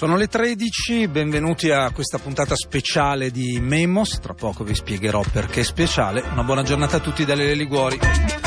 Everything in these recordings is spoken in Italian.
Sono le 13, benvenuti a questa puntata speciale di Memos, tra poco vi spiegherò perché è speciale. Una buona giornata a tutti dalle Liguori.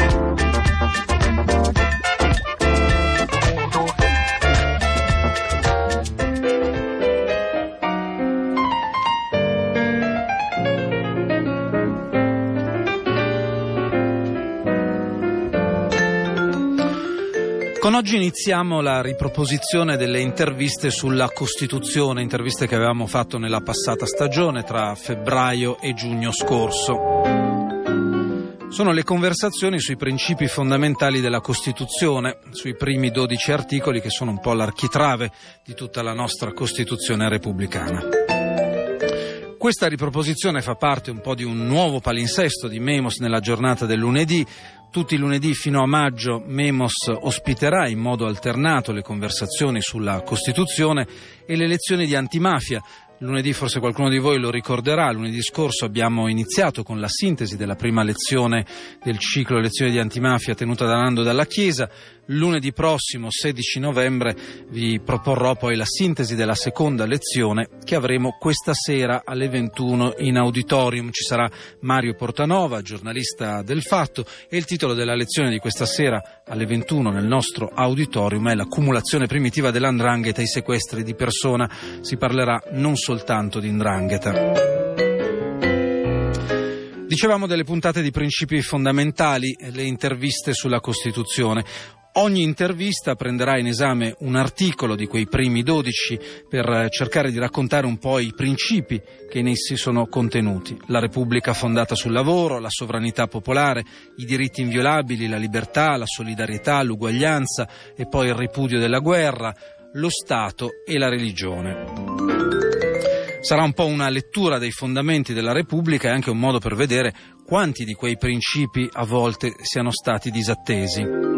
Con oggi iniziamo la riproposizione delle interviste sulla Costituzione, interviste che avevamo fatto nella passata stagione tra febbraio e giugno scorso. Sono le conversazioni sui principi fondamentali della Costituzione, sui primi 12 articoli che sono un po' l'architrave di tutta la nostra Costituzione repubblicana. Questa riproposizione fa parte un po' di un nuovo palinsesto di Memos nella giornata del lunedì. Tutti i lunedì fino a maggio Memos ospiterà in modo alternato le conversazioni sulla Costituzione e le lezioni di antimafia. Lunedì, forse qualcuno di voi lo ricorderà, lunedì scorso abbiamo iniziato con la sintesi della prima lezione del ciclo Lezioni di antimafia tenuta da Nando Dalla Chiesa. Lunedì prossimo, 16 novembre, vi proporrò poi la sintesi della seconda lezione che avremo questa sera alle 21 in auditorium. Ci sarà Mario Portanova, giornalista del Fatto, e il titolo della lezione di questa sera alle 21 nel nostro auditorium è l'accumulazione primitiva dell''ndrangheta e i sequestri di persona. Si parlerà non soltanto di 'ndrangheta. Dicevamo delle puntate di principi fondamentali, le interviste sulla Costituzione. Ogni intervista prenderà in esame un articolo di quei primi 12 per cercare di raccontare un po' i principi che in essi sono contenuti. La Repubblica fondata sul lavoro, la sovranità popolare, i diritti inviolabili, la libertà, la solidarietà, l'uguaglianza e poi il ripudio della guerra, lo Stato e la religione. Sarà un po' una lettura dei fondamenti della Repubblica e anche un modo per vedere quanti di quei principi a volte siano stati disattesi.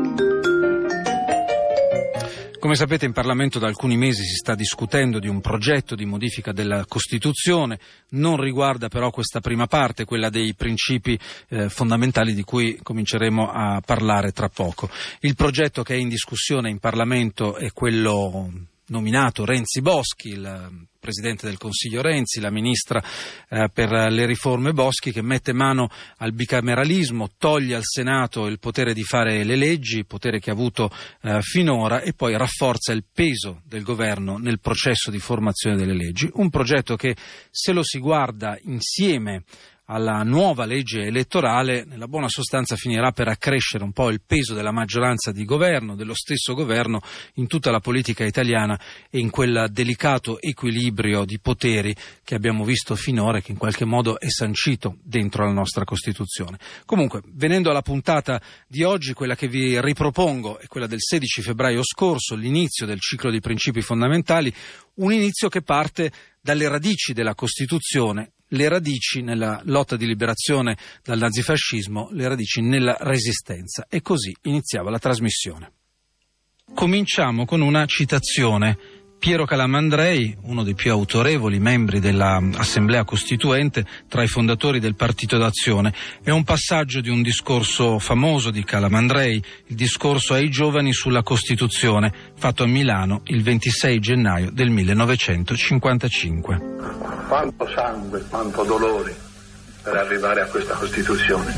Come sapete, in Parlamento da alcuni mesi si sta discutendo di un progetto di modifica della Costituzione. Non riguarda però questa prima parte, quella dei principi fondamentali di cui cominceremo a parlare tra poco. Il progetto che è in discussione in Parlamento è quello nominato Renzi-Boschi, il Presidente del Consiglio Renzi, la Ministra per le riforme Boschi, che mette mano al bicameralismo, toglie al Senato il potere di fare le leggi, potere che ha avuto finora, e poi rafforza il peso del governo nel processo di formazione delle leggi. Un progetto che, se lo si guarda insieme alla nuova legge elettorale, nella buona sostanza finirà per accrescere un po' il peso della maggioranza di governo, dello stesso governo in tutta la politica italiana e in quel delicato equilibrio di poteri che abbiamo visto finora e che in qualche modo è sancito dentro la nostra Costituzione. Comunque, venendo alla puntata di oggi, quella che vi ripropongo è quella del 16 febbraio scorso, l'inizio del ciclo di principi fondamentali, un inizio che parte dalle radici della Costituzione, le radici nella lotta di liberazione dal nazifascismo, le radici nella resistenza. E così iniziava la trasmissione. Cominciamo con una citazione. Piero Calamandrei, uno dei più autorevoli membri dell'Assemblea Costituente, tra i fondatori del Partito d'Azione, è un passaggio di un discorso famoso di Calamandrei, il discorso ai giovani sulla Costituzione, fatto a Milano il 26 gennaio del 1955. Quanto sangue, quanto dolore per arrivare a questa Costituzione.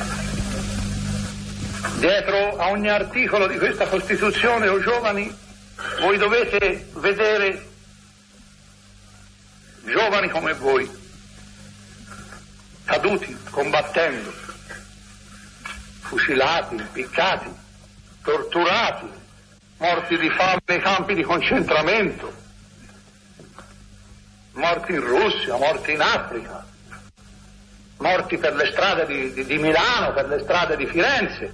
Dietro a ogni articolo di questa Costituzione, o giovani, voi dovete vedere giovani come voi, caduti combattendo, fucilati, impiccati, torturati, morti di fame nei campi di concentramento, morti in Russia, morti in Africa, morti per le strade di Milano, per le strade di Firenze,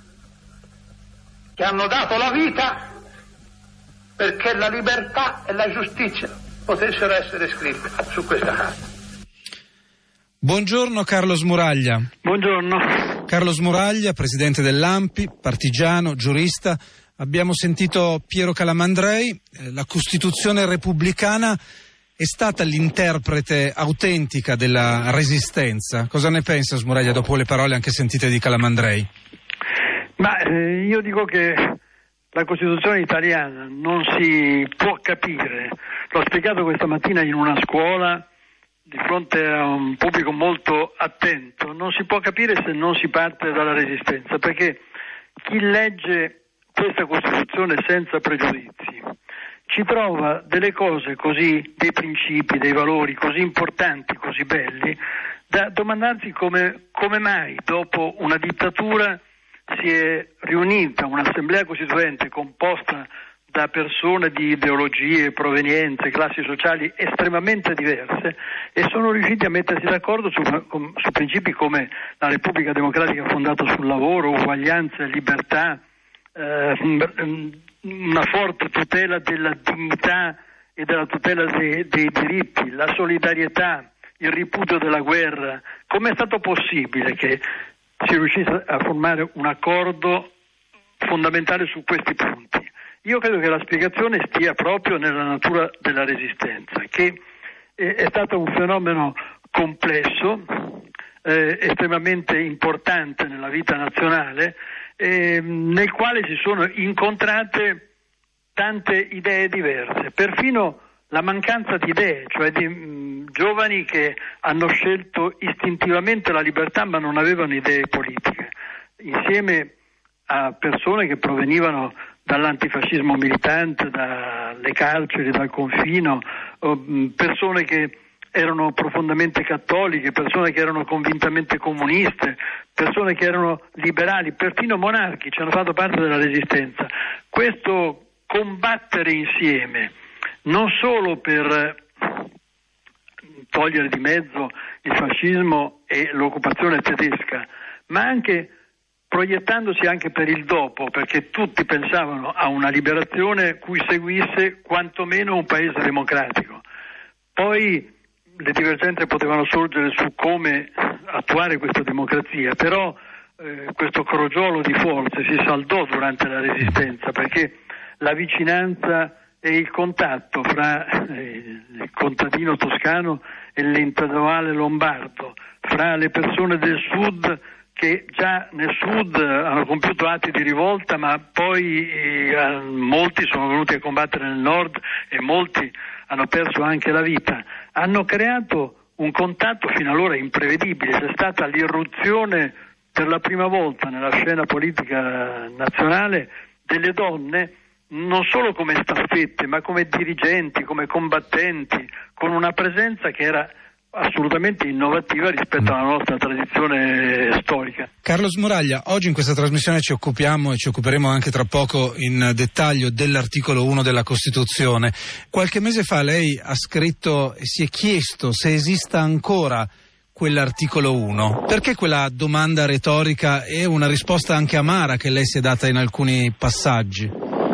che hanno dato la vita perché la libertà e la giustizia potessero essere scritte su questa carta. Buongiorno Carlo Smuraglia. Buongiorno. Carlo Smuraglia, presidente dell'ANPI, partigiano, giurista. Abbiamo sentito Piero Calamandrei. La Costituzione repubblicana è stata l'interprete autentica della resistenza. Cosa ne pensa Smuraglia dopo le parole anche sentite di Calamandrei? Ma io dico che la Costituzione italiana non si può capire l'ho spiegato questa mattina in una scuola di fronte a un pubblico molto attento. Non si può capire se non si parte dalla Resistenza, perché chi legge questa Costituzione senza pregiudizi ci trova delle cose così, dei principi, dei valori così importanti, così belli, da domandarsi come mai dopo una dittatura si è riunita un'assemblea costituente composta da persone di ideologie, provenienze, classi sociali estremamente diverse e sono riusciti a mettersi d'accordo su principi come la Repubblica Democratica fondata sul lavoro, uguaglianza e libertà, una forte tutela della dignità e della tutela dei diritti, la solidarietà, il ripudio della guerra. Com'è stato possibile che si riuscisse a formare un accordo fondamentale su questi punti? Io credo che la spiegazione stia proprio nella natura della Resistenza, che è stato un fenomeno complesso, estremamente importante nella vita nazionale, nel quale si sono incontrate tante idee diverse, perfino la mancanza di idee, cioè di giovani che hanno scelto istintivamente la libertà ma non avevano idee politiche, insieme a persone che provenivano dall'antifascismo militante, dalle carceri, dal confino, persone che erano profondamente cattoliche, persone che erano convintamente comuniste, persone che erano liberali, perfino monarchici hanno fatto parte della Resistenza. Questo combattere insieme, non solo per togliere di mezzo il fascismo e l'occupazione tedesca, ma anche proiettandosi anche per il dopo, perché tutti pensavano a una liberazione cui seguisse quantomeno un paese democratico. Poi le divergenze potevano sorgere su come attuare questa democrazia, però questo crogiolo di forze si saldò durante la Resistenza, perché la vicinanza e il contatto fra il contadino toscano e l'intellettuale lombardo, fra le persone del sud che già nel sud hanno compiuto atti di rivolta, ma poi molti sono venuti a combattere nel nord e molti hanno perso anche la vita, hanno creato un contatto fino allora imprevedibile. C'è stata l'irruzione per la prima volta nella scena politica nazionale delle donne, non solo come staffette, ma come dirigenti, come combattenti, con una presenza che era assolutamente innovativa rispetto alla nostra tradizione storica. Carlo Smuraglia, oggi in questa trasmissione ci occupiamo e ci occuperemo anche tra poco in dettaglio dell'articolo 1 della Costituzione. Qualche mese fa lei ha scritto e si è chiesto se esista ancora quell'articolo 1. Perché quella domanda retorica e una risposta anche amara che lei si è data in alcuni passaggi?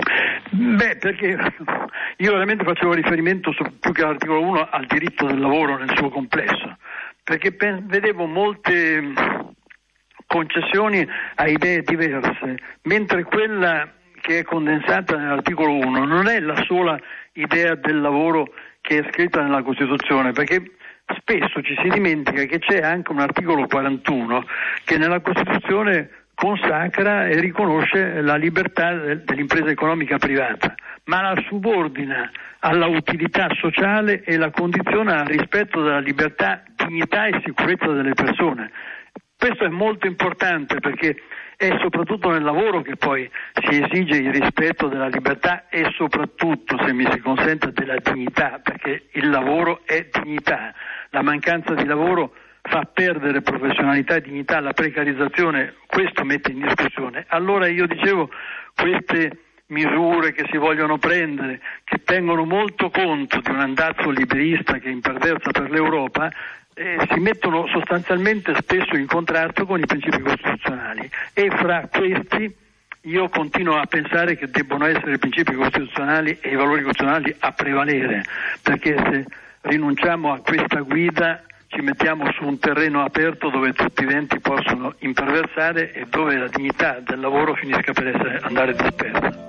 Perché io veramente facevo riferimento più che all'articolo 1 al diritto del lavoro nel suo complesso, perché vedevo molte concessioni a idee diverse, mentre quella che è condensata nell'articolo 1 non è la sola idea del lavoro che è scritta nella Costituzione, perché spesso ci si dimentica che c'è anche un articolo 41 che nella Costituzione consacra e riconosce la libertà dell'impresa economica privata, ma la subordina alla utilità sociale e la condiziona al rispetto della libertà, dignità e sicurezza delle persone. Questo è molto importante perché è soprattutto nel lavoro che poi si esige il rispetto della libertà e soprattutto, se mi si consente, della dignità, perché il lavoro è dignità. La mancanza di lavoro fa perdere professionalità e dignità, la precarizzazione, questo mette in discussione. Allora io dicevo, queste misure che si vogliono prendere, che tengono molto conto di un andazzo liberista che è imperversa per l'Europa, si mettono sostanzialmente spesso in contrasto con i principi costituzionali e fra questi io continuo a pensare che debbono essere i principi costituzionali e i valori costituzionali a prevalere, perché se rinunciamo a questa guida ci mettiamo su un terreno aperto dove tutti i venti possono imperversare e dove la dignità del lavoro finisca per andare dispersa.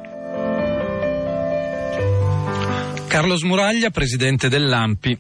Carlo Smuraglia, presidente dell'ANPI.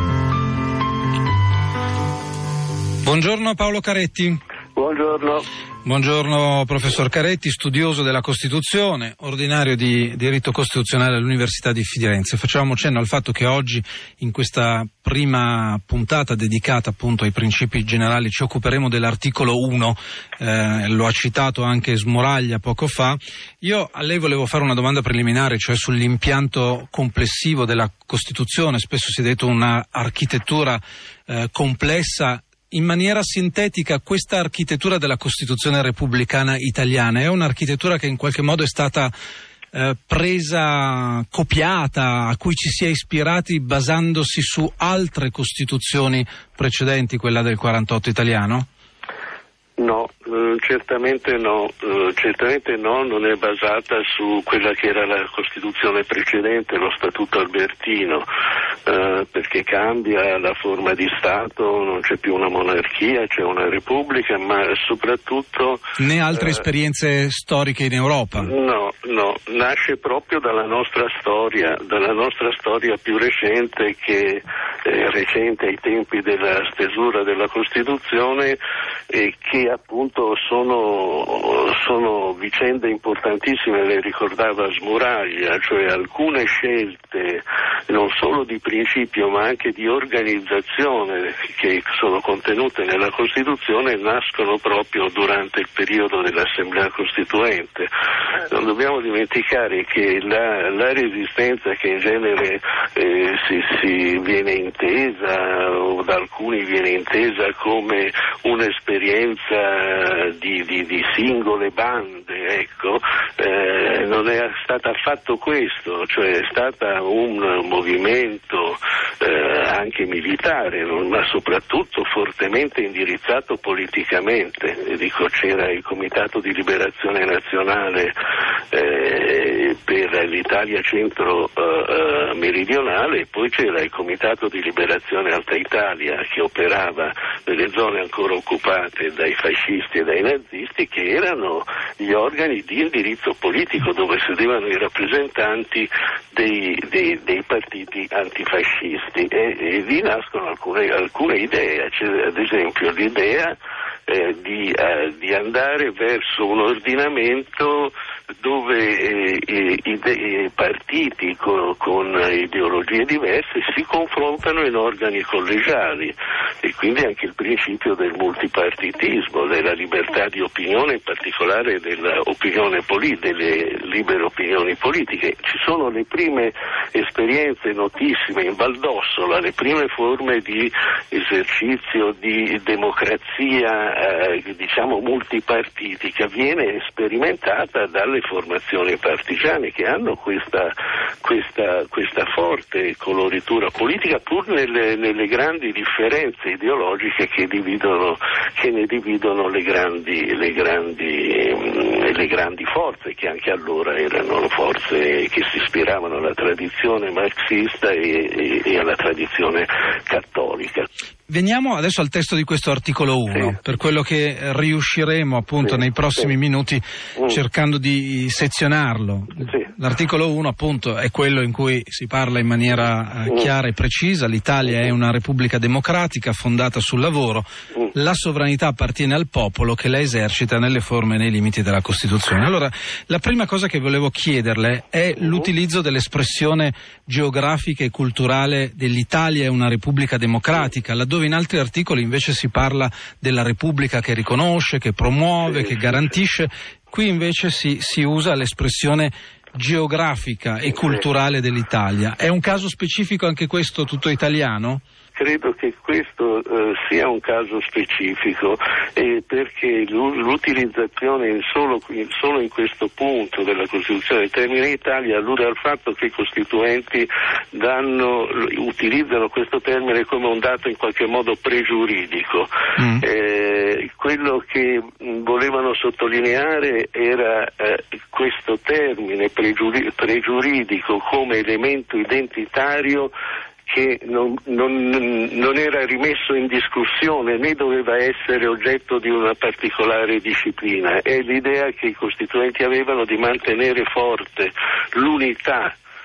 Buongiorno Paolo Caretti. Buongiorno. Buongiorno professor Caretti, studioso della Costituzione, ordinario di diritto costituzionale all'Università di Firenze. Facevamo cenno al fatto che oggi, in questa prima puntata dedicata appunto ai principi generali, ci occuperemo dell'articolo 1, lo ha citato anche Smuraglia poco fa. Io a lei volevo fare una domanda preliminare, cioè sull'impianto complessivo della Costituzione. Spesso si è detto una architettura complessa. In maniera sintetica, questa architettura della Costituzione repubblicana italiana è un'architettura che in qualche modo è stata presa, copiata, a cui ci si è ispirati basandosi su altre Costituzioni precedenti, quella del 48 italiano? No, certamente no, non è basata su quella che era la Costituzione precedente, lo Statuto Albertino, perché cambia la forma di Stato, non c'è più una monarchia, c'è una repubblica, ma soprattutto... Né altre esperienze storiche in Europa? No, nasce proprio dalla nostra storia più recente, che recente ai tempi della stesura della Costituzione, e che appunto sono vicende importantissime, le ricordava Smuraglia, cioè alcune scelte non solo di principio ma anche di organizzazione che sono contenute nella Costituzione nascono proprio durante il periodo dell'Assemblea Costituente. Non dobbiamo dimenticare che la resistenza, che in genere si viene intesa, o da alcuni viene intesa come un'esperienza di singole bande, ecco, non è stata affatto questo, cioè è stata un movimento anche militare, ma soprattutto fortemente indirizzato politicamente. Dico, c'era il Comitato di Liberazione Nazionale per l'Italia centro-meridionale, e poi c'era il Comitato di Liberazione Alta Italia, che operava nelle zone ancora occupate dai fascisti e dai nazisti, che erano gli organi di indirizzo politico dove sedevano i rappresentanti dei partiti antifascisti, e lì nascono alcune idee. C'è ad esempio l'idea di andare verso un ordinamento dove i partiti con ideologie diverse si confrontano in organi collegiali, e quindi anche il principio del multipartitismo, della libertà di opinione, in particolare delle libere opinioni politiche. Ci sono le prime esperienze notissime in Valdossola, le prime forme di esercizio di democrazia diciamo multipartitica, viene sperimentata dalle formazioni partigiane, che hanno questa forte coloritura politica, pur nelle grandi differenze ideologiche che ne dividono le grandi forze, che anche allora erano forze che si ispiravano alla tradizione marxista e alla tradizione cattolica. Veniamo adesso al testo di questo articolo 1, per quello che riusciremo appunto nei prossimi minuti cercando di sezionarlo. L'articolo 1 appunto è quello in cui si parla in maniera chiara e precisa: l'Italia è una repubblica democratica fondata sul lavoro, la sovranità appartiene al popolo che la esercita nelle forme e nei limiti della Costituzione. Allora, la prima cosa che volevo chiederle è l'utilizzo dell'espressione geografica e culturale dell'Italia è una repubblica democratica, laddove in altri articoli invece si parla della Repubblica che riconosce, che promuove, che garantisce. Qui invece si usa l'espressione geografica e culturale dell'Italia. È un caso specifico anche questo, tutto italiano? Credo che questo sia un caso specifico, perché l'utilizzazione solo in questo punto della Costituzione del termine Italia allude al fatto che i costituenti utilizzano questo termine come un dato in qualche modo pregiuridico. Quello che volevano sottolineare era questo termine pregiuridico come elemento identitario che non era rimesso in discussione né doveva essere oggetto di una particolare disciplina. È l'idea che i costituenti avevano di mantenere forte l'unità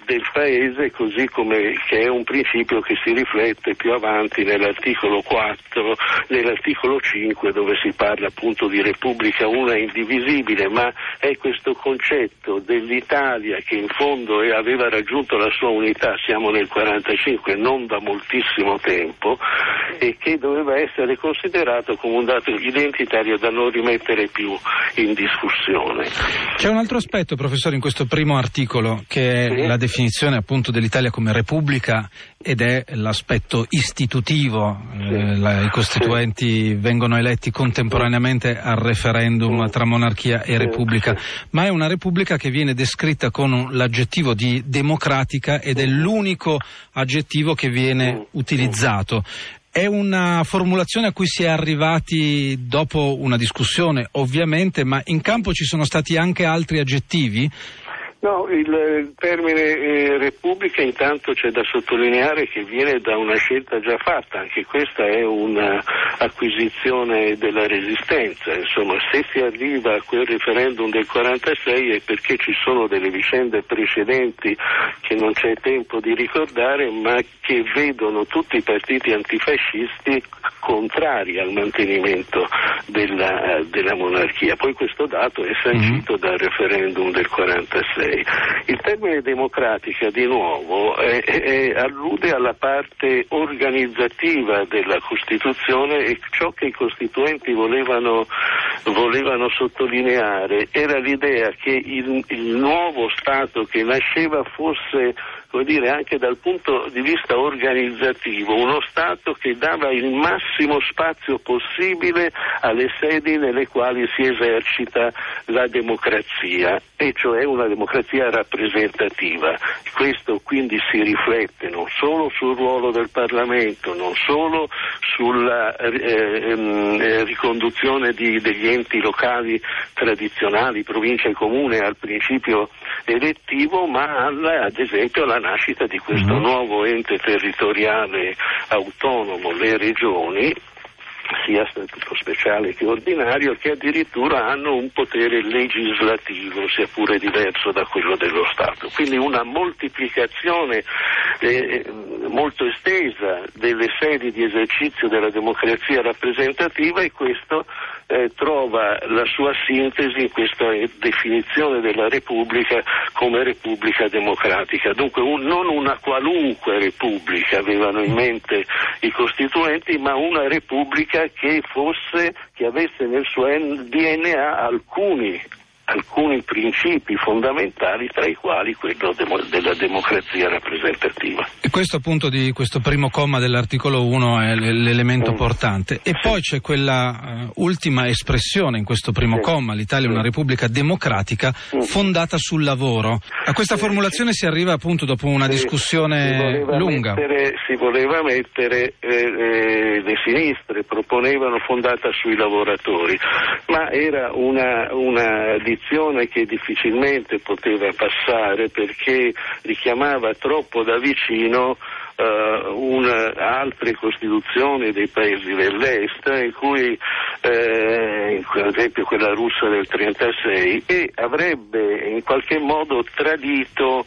del Paese, così come che è un principio che si riflette più avanti nell'articolo 4, nell'articolo 5, dove si parla appunto di Repubblica una e indivisibile, ma è questo concetto dell'Italia che in fondo aveva raggiunto la sua unità, siamo nel 45, non da moltissimo tempo, e che doveva essere considerato come un dato identitario da non rimettere più in discussione. C'è un altro aspetto, professore, in questo primo articolo, che è la definizione appunto dell'Italia come Repubblica, ed è l'aspetto istitutivo. I costituenti vengono eletti contemporaneamente al referendum tra monarchia e repubblica, ma è una repubblica che viene descritta con l'aggettivo di democratica ed è l'unico aggettivo che viene utilizzato. È una formulazione a cui si è arrivati dopo una discussione, ovviamente, ma in campo ci sono stati anche altri aggettivi? No, il termine Repubblica intanto c'è da sottolineare che viene da una scelta già fatta, anche questa è un'acquisizione della Resistenza, insomma se si arriva a quel referendum del 46 è perché ci sono delle vicende precedenti che non c'è tempo di ricordare, ma che vedono tutti i partiti antifascisti contrari al mantenimento della monarchia. Poi questo dato è sancito dal referendum del 46. Il termine democratica di nuovo allude alla parte organizzativa della Costituzione, e ciò che i costituenti volevano sottolineare era l'idea che il nuovo Stato che nasceva fosse, come dire, anche dal punto di vista organizzativo, uno Stato che dava il massimo spazio possibile alle sedi nelle quali si esercita la democrazia, e cioè una democrazia rappresentativa. Questo quindi si riflette non solo sul ruolo del Parlamento, non solo sulla riconduzione degli enti locali tradizionali, provincia e comune, al principio elettivo, ma ad esempio alla nascita di questo nuovo ente territoriale autonomo, le regioni, sia statuto speciale che ordinario, che addirittura hanno un potere legislativo, sia pure diverso da quello dello Stato. Quindi una moltiplicazione molto estesa delle sedi di esercizio della democrazia rappresentativa, e questo trova la sua sintesi in questa definizione della Repubblica come Repubblica democratica. Dunque non una qualunque Repubblica avevano in mente i costituenti, ma una Repubblica che avesse nel suo DNA alcuni principi fondamentali, tra i quali quello della democrazia rappresentativa. E questo appunto di questo primo comma dell'articolo 1 è l'elemento portante. E poi c'è quella ultima espressione in questo primo comma: l'Italia è una repubblica democratica fondata sul lavoro. A questa formulazione si arriva appunto dopo una discussione lunga. Si voleva mettere, le sinistre proponevano fondata sui lavoratori, ma era una dizione che difficilmente poteva passare, perché richiamava troppo da vicino altre costituzioni dei paesi dell'est, in cui ad esempio quella russa del 36, e avrebbe in qualche modo tradito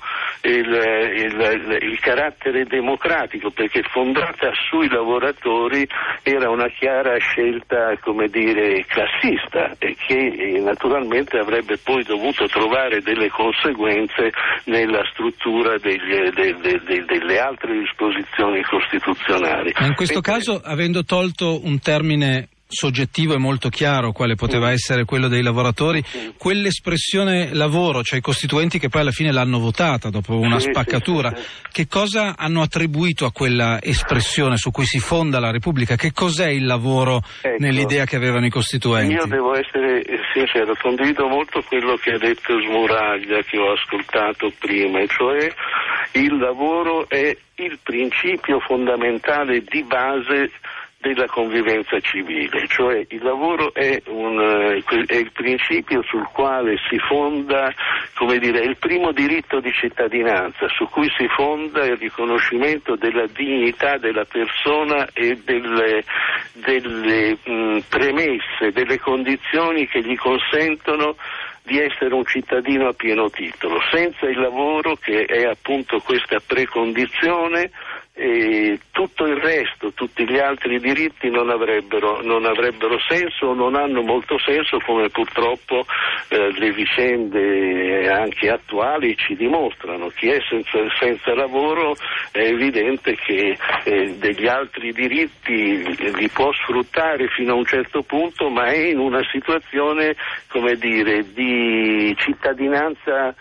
il carattere democratico, perché fondata sui lavoratori era una chiara scelta, come dire, classista, e che naturalmente avrebbe poi dovuto trovare delle conseguenze nella struttura delle altre disposizioni costituzionali. Ma in questo caso, avendo tolto un termine soggettivo e molto chiaro, quale poteva essere quello dei lavoratori, quell'espressione lavoro, cioè i costituenti che poi alla fine l'hanno votata dopo una spaccatura, che cosa hanno attribuito a quella espressione su cui si fonda la Repubblica? Che cos'è il lavoro nell'idea che avevano i costituenti? Io devo essere sincero, condivido molto quello che ha detto Smuraglia, che ho ascoltato prima, e cioè il lavoro è il principio fondamentale di base della convivenza civile, cioè il lavoro è il principio sul quale si fonda, come dire, il primo diritto di cittadinanza, su cui si fonda il riconoscimento della dignità della persona e delle premesse, delle condizioni che gli consentono di essere un cittadino a pieno titolo. Senza il lavoro, che è appunto questa precondizione, e tutto il resto, tutti gli altri diritti non avrebbero senso, o non hanno molto senso, come purtroppo le vicende anche attuali ci dimostrano. Chi è senza lavoro è evidente che degli altri diritti li può sfruttare fino a un certo punto, ma è in una situazione, come dire, di cittadinanza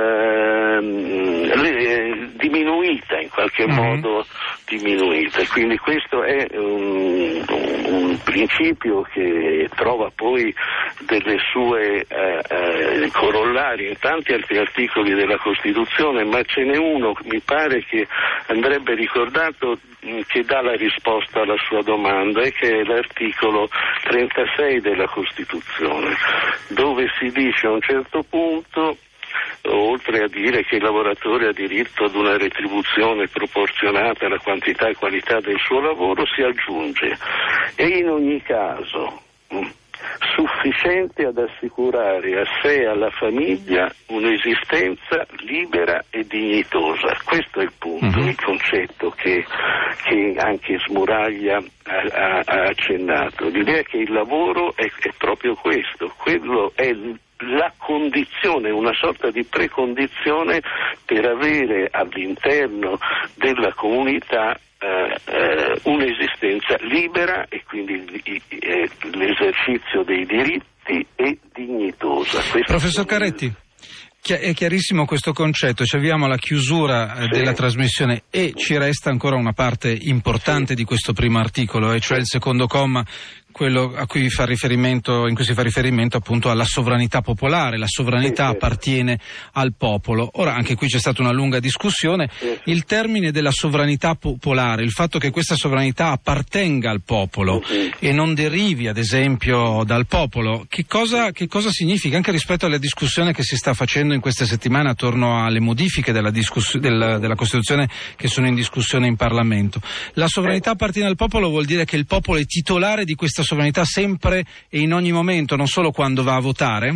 diminuita, in qualche modo diminuita. Quindi questo è un principio che trova poi delle sue corollari in tanti altri articoli della Costituzione, ma ce n'è uno, mi pare, che andrebbe ricordato, che dà la risposta alla sua domanda, e che è l'articolo 36 della Costituzione, dove si dice a un certo punto, oltre a dire che il lavoratore ha diritto ad una retribuzione proporzionata alla quantità e qualità del suo lavoro, si aggiunge: e in ogni caso sufficiente ad assicurare a sé e alla famiglia un'esistenza libera e dignitosa. Questo è il punto, il concetto che anche Smuraglia ha accennato. L'idea che il lavoro è proprio questo, quello è la condizione, una sorta di precondizione per avere all'interno della comunità un'esistenza libera, e quindi l'esercizio dei diritti e dignitosa. Professor Caretti, è chiarissimo questo concetto. Ci avviamo alla chiusura della trasmissione, e ci resta ancora una parte importante di questo primo articolo, e cioè il secondo comma, quello a cui fa riferimento, in cui si fa riferimento appunto alla sovranità popolare. La sovranità appartiene al popolo. Ora, anche qui c'è stata una lunga discussione. Il termine della sovranità popolare, il fatto che questa sovranità appartenga al popolo e non derivi ad esempio dal popolo, che cosa significa, anche rispetto alla discussione che si sta facendo in queste settimane attorno alle modifiche della Costituzione che sono in discussione in Parlamento? La sovranità appartiene al popolo vuol dire che il popolo è titolare di questa sovranità sempre e in ogni momento, non solo quando va a votare?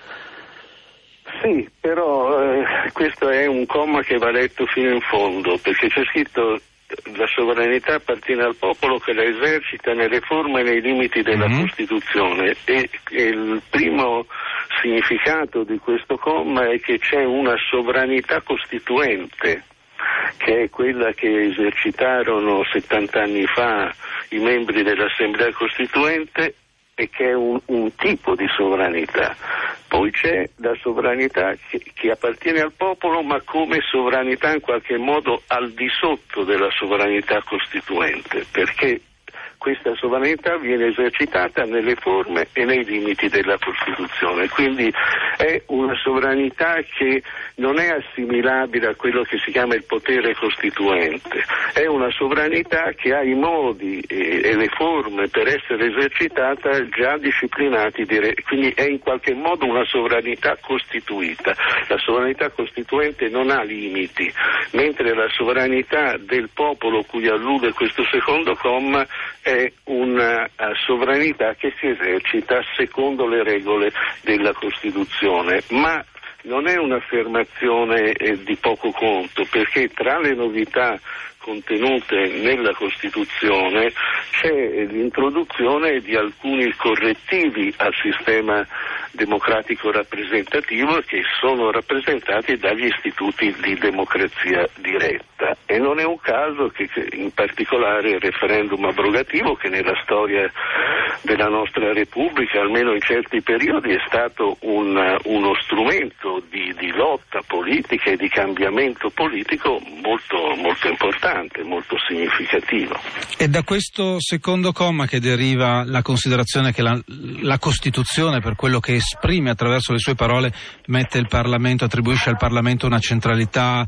Sì, però questo è un comma che va letto fino in fondo, perché c'è scritto: la sovranità appartiene al popolo che la esercita nelle forme e nei limiti della Costituzione, e il primo significato di questo comma è che c'è una sovranità costituente, che è quella che esercitarono 70 anni fa i membri dell'Assemblea Costituente, e che è un tipo di sovranità. Poi c'è la sovranità che appartiene al popolo, ma come sovranità in qualche modo al di sotto della sovranità costituente, perché questa sovranità viene esercitata nelle forme e nei limiti della Costituzione. Quindi è una sovranità che non è assimilabile a quello che si chiama il potere costituente, è una sovranità che ha i modi e le forme per essere esercitata già disciplinati, quindi è in qualche modo una sovranità costituita. La sovranità costituente non ha limiti, mentre la sovranità del popolo, cui allude questo secondo comma, è una sovranità che si esercita secondo le regole della Costituzione, ma non è un'affermazione di poco conto, perché tra le novità contenute nella Costituzione c'è l'introduzione di alcuni correttivi al sistema democratico rappresentativo, che sono rappresentati dagli istituti di democrazia diretta, e non è un caso che in particolare il referendum abrogativo, che nella storia della nostra Repubblica, almeno in certi periodi, è stato uno strumento di lotta politica e di cambiamento politico molto, molto importante, molto significativo. E da questo secondo comma che deriva la considerazione che la Costituzione, per quello che esprime attraverso le sue parole, mette il Parlamento, attribuisce al Parlamento una centralità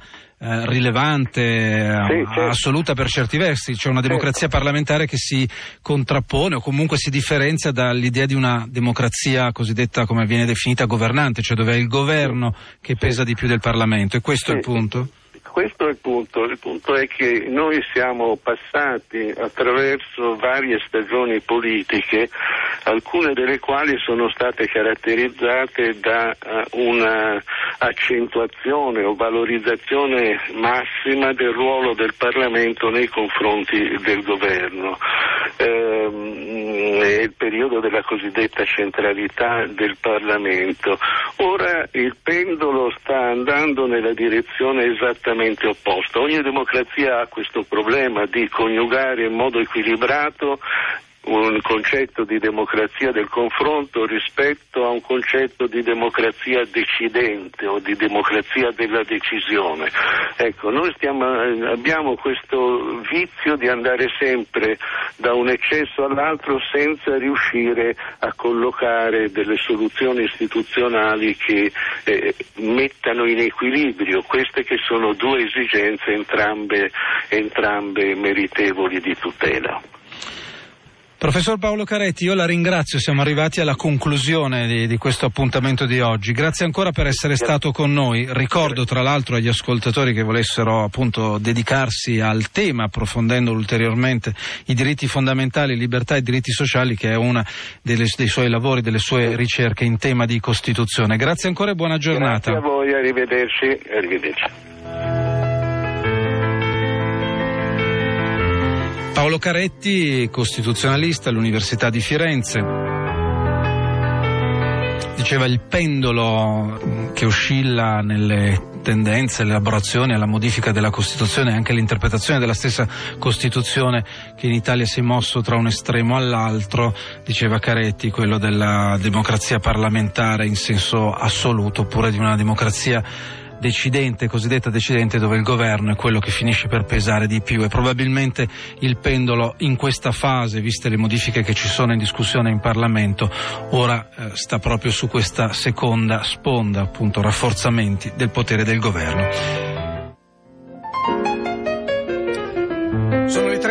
rilevante, assoluta per certi versi. C'è una democrazia parlamentare che si contrappone o comunque si differenzia dall'idea di una democrazia cosiddetta, come viene definita, governante, cioè dove è il governo che pesa di più del Parlamento. E questo è il punto? questo è il punto. Il punto è che noi siamo passati attraverso varie stagioni politiche, alcune delle quali sono state caratterizzate da una accentuazione o valorizzazione massima del ruolo del Parlamento nei confronti del governo. È il periodo della cosiddetta centralità del Parlamento. Ora il pendolo sta andando nella direzione esattamente opposta. Ogni democrazia ha questo problema di coniugare in modo equilibrato un concetto di democrazia del confronto rispetto a un concetto di democrazia decidente o di democrazia della decisione. Ecco, noi abbiamo questo vizio di andare sempre da un eccesso all'altro senza riuscire a collocare delle soluzioni istituzionali che mettano in equilibrio queste che sono due esigenze entrambe meritevoli di tutela. Professor Paolo Caretti, io la ringrazio, siamo arrivati alla conclusione di questo appuntamento di oggi. Grazie ancora per essere stato con noi. Ricordo tra l'altro agli ascoltatori che volessero appunto dedicarsi al tema, approfondendo ulteriormente i diritti fondamentali, libertà e diritti sociali, che è una dei suoi lavori, delle sue ricerche in tema di Costituzione. Grazie ancora e buona giornata. Grazie a voi, arrivederci. Paolo Caretti, costituzionalista all'Università di Firenze. Diceva il pendolo che oscilla nelle tendenze, l'elaborazione e la modifica della Costituzione e anche l'interpretazione della stessa Costituzione, che in Italia si è mosso tra un estremo all'altro, diceva Caretti, quello della democrazia parlamentare in senso assoluto, oppure di una democrazia decidente, cosiddetta decidente, dove il governo è quello che finisce per pesare di più, e probabilmente il pendolo in questa fase, viste le modifiche che ci sono in discussione in Parlamento, ora sta proprio su questa seconda sponda, appunto rafforzamenti del potere del governo. Sono le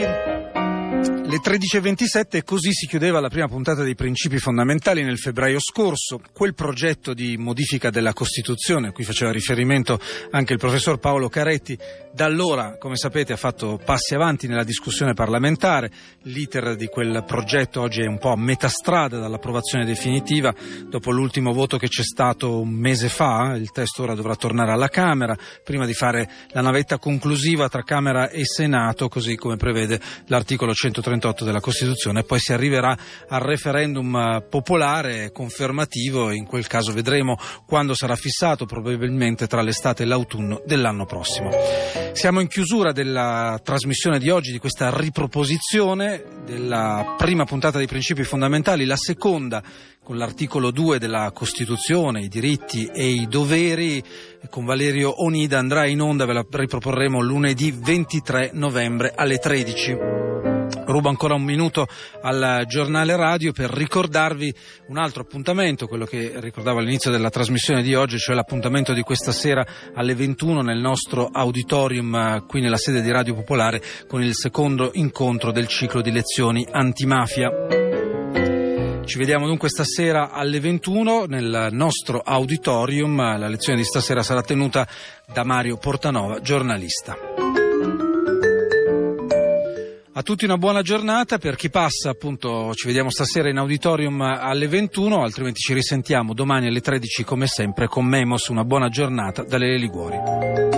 13:27 e così si chiudeva la prima puntata dei Principi fondamentali nel febbraio scorso. Quel progetto di modifica della Costituzione a cui faceva riferimento anche il professor Paolo Caretti, da allora, come sapete, ha fatto passi avanti nella discussione parlamentare. L'iter di quel progetto oggi è un po' a metà strada dall'approvazione definitiva. Dopo l'ultimo voto che c'è stato un mese fa, il testo ora dovrà tornare alla Camera prima di fare la navetta conclusiva tra Camera e Senato, così come prevede l'articolo 138 della Costituzione, e poi si arriverà al referendum popolare confermativo. In quel caso vedremo quando sarà fissato, probabilmente tra l'estate e l'autunno dell'anno prossimo. Siamo in chiusura della trasmissione di oggi, di questa riproposizione della prima puntata dei Principi fondamentali, la seconda con l'articolo 2 della Costituzione, i diritti e i doveri, con Valerio Onida. Andrà in onda, ve la riproporremo lunedì 23 novembre alle 13. Rubo ancora un minuto al giornale radio per ricordarvi un altro appuntamento, quello che ricordavo all'inizio della trasmissione di oggi, cioè l'appuntamento di questa sera alle 21 nel nostro auditorium qui nella sede di Radio Popolare, con il secondo incontro del ciclo di lezioni antimafia. Ci vediamo dunque stasera alle 21 nel nostro auditorium. La lezione di stasera sarà tenuta da Mario Portanova, giornalista. A tutti una buona giornata. Per chi passa, appunto, ci vediamo stasera in auditorium alle 21, altrimenti ci risentiamo domani alle 13 come sempre con Memos. Una buona giornata dalle Liguori.